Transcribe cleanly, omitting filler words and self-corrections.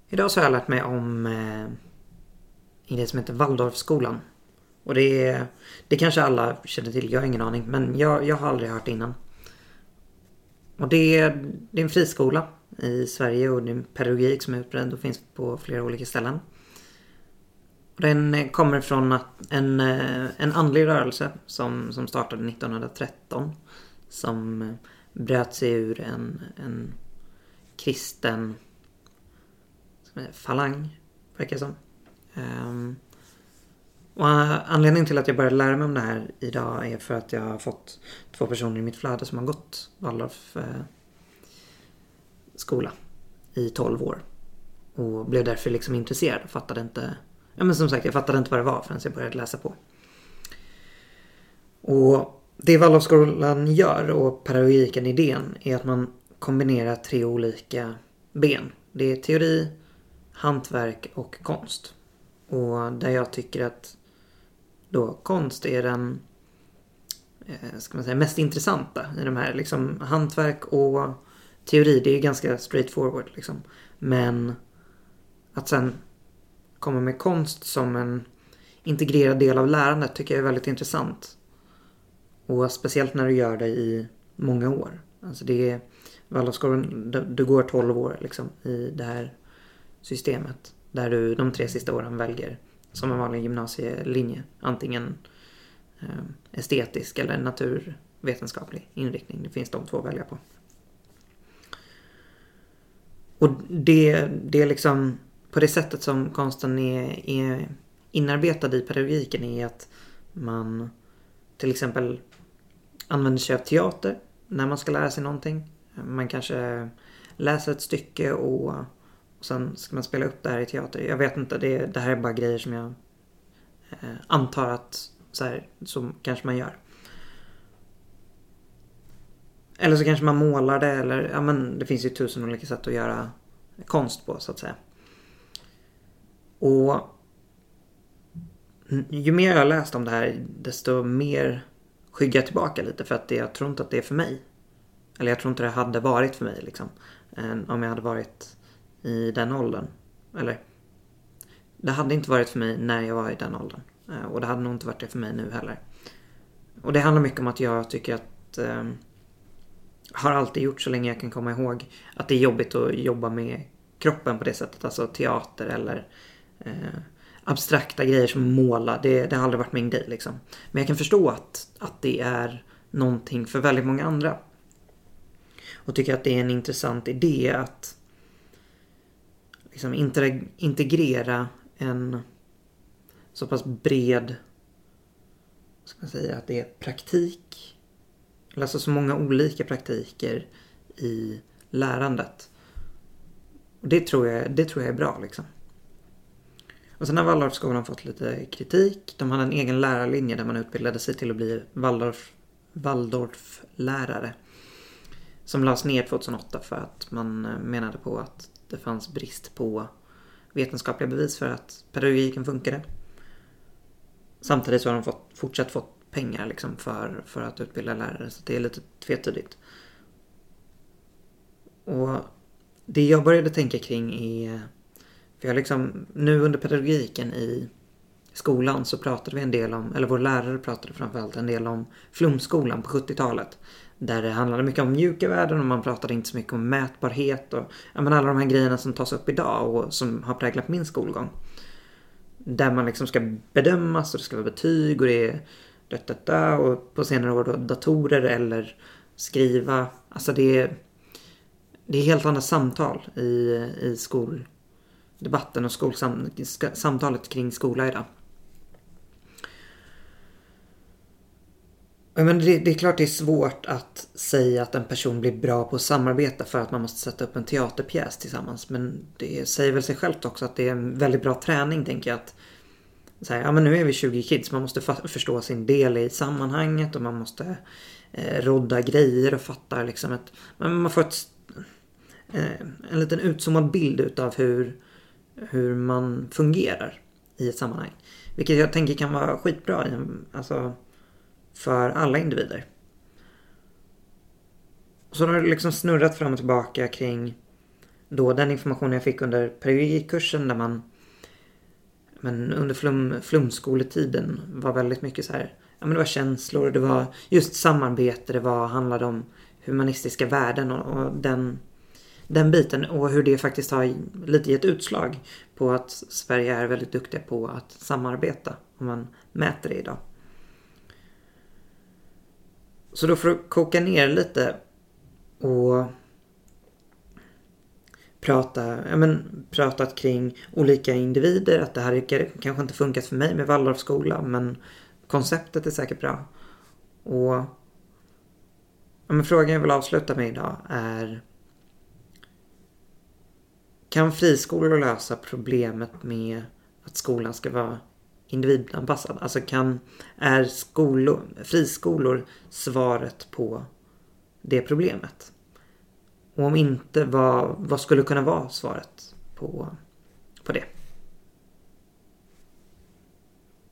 Idag så har jag lärt mig om en grej som heter Waldorfskolan. Och det kanske alla känner till, jag har ingen aning. Men jag har aldrig hört innan. Och det är en friskola i Sverige och det är en pedagogik som är utbredd och finns på flera olika ställen. Och den kommer från en andlig rörelse som startade 1913. Som bröt sig ur en kristen falang, verkar som. Och anledningen till att jag började lära mig om det här idag är för att jag har fått 2 personer i mitt flöde som har gått Waldorf skola i 12 år. Och blev därför liksom intresserad och fattade inte... Ja, men som sagt, jag fattade inte vad det var förrän jag började läsa på. Och det Waldorfskolan gör och pedagogiken, idén, är att man kombinerar 3 olika ben. Det är teori, hantverk och konst. Och där jag tycker att då konst är den mest intressanta i de här. Liksom, hantverk och teori, det är ganska straightforward. Liksom. Men att sen komma med konst som en integrerad del av lärandet tycker jag är väldigt intressant. Och speciellt när du gör det i många år. Alltså det är Waldorfskolan, du går 12 år liksom, i det här systemet. Där du de 3 sista åren väljer som en vanlig gymnasielinje. Antingen estetisk eller naturvetenskaplig inriktning. Det finns de 2 att välja på. Och det är liksom på det sättet som konsten är inarbetad i pedagogiken är att man till exempel använder sig av teater när man ska lära sig någonting. Man kanske läser ett stycke och sen ska man spela upp det här i teater. Jag vet inte, det här är bara grejer som jag antar att så kanske man gör. Eller så kanske man målar det, eller ja, men det finns ju 1000 olika sätt att göra konst på, så att säga. Och ju mer jag har läst om det här, desto mer skyggar jag tillbaka lite, för att jag tror inte att det är för mig. Eller jag tror inte det hade varit för mig liksom, om jag hade varit i den åldern. Eller det hade inte varit för mig när jag var i den åldern. Och det hade nog inte varit det för mig nu heller. Och det handlar mycket om att jag tycker att har alltid gjort så länge jag kan komma ihåg att det är jobbigt att jobba med kroppen på det sättet. Alltså teater eller abstrakta grejer som måla. Det har aldrig varit min grej liksom. Men jag kan förstå att det är någonting för väldigt många andra. Och tycker att det är en intressant idé att liksom integrera en så pass bred, ska man säga, att det är praktik. Alltså så många olika praktiker i lärandet. Och det tror jag är bra liksom. Och sen har Waldorfskolan fått lite kritik. De hade en egen lärarlinje där man utbildade sig till att bli Waldorflärare. Som lades ner 2008 för att man menade på att det fanns brist på vetenskapliga bevis för att pedagogiken funkade. Samtidigt så har de fortsatt fått pengar liksom för att utbilda lärare, så det är lite tvetydigt. Och det jag började tänka kring är, för jag liksom, nu under pedagogiken i skolan så pratade vi en del om, eller vår lärare pratade framförallt en del om flumskolan på 70-talet. Där det handlade mycket om mjuka värden och man pratade inte så mycket om mätbarhet och alla de här grejerna som tas upp idag och som har präglat min skolgång. Där man liksom ska bedömas och det ska vara betyg och det är och på senare år då datorer eller skriva. Alltså det är helt andra samtal i skoldebatten och samtalet kring skola idag. Men det är klart det är svårt att säga att en person blir bra på att samarbeta för att man måste sätta upp en teaterpjäs tillsammans. Men det säger väl sig självt också att det är en väldigt bra träning, tänker jag. Att så här, ja, men nu är vi 20 kids, man måste förstå sin del i sammanhanget och man måste rodda grejer och fatta liksom men man får en liten utzoomad bild utav hur man fungerar i ett sammanhang. Vilket jag tänker kan vara skitbra alltså för alla individer. Och så har det liksom snurrat fram och tillbaka kring då den information jag fick under pedagogikkursen där men under flumskoletiden var väldigt mycket så här, ja men det var känslor, det var just samarbete, handlade om humanistiska värden och den biten och hur det faktiskt har lite gett utslag på att Sverige är väldigt duktiga på att samarbeta om man mäter det idag. Så då får du koka ner lite och pratat kring olika individer, att det här kanske inte funkat för mig med Waldorfskola, men konceptet är säkert bra. Och frågan jag vill avsluta med idag är: kan friskolor lösa problemet med att skolan ska vara individanpassad? Alltså är friskolor svaret på det problemet? Och om inte, vad skulle kunna vara svaret på det?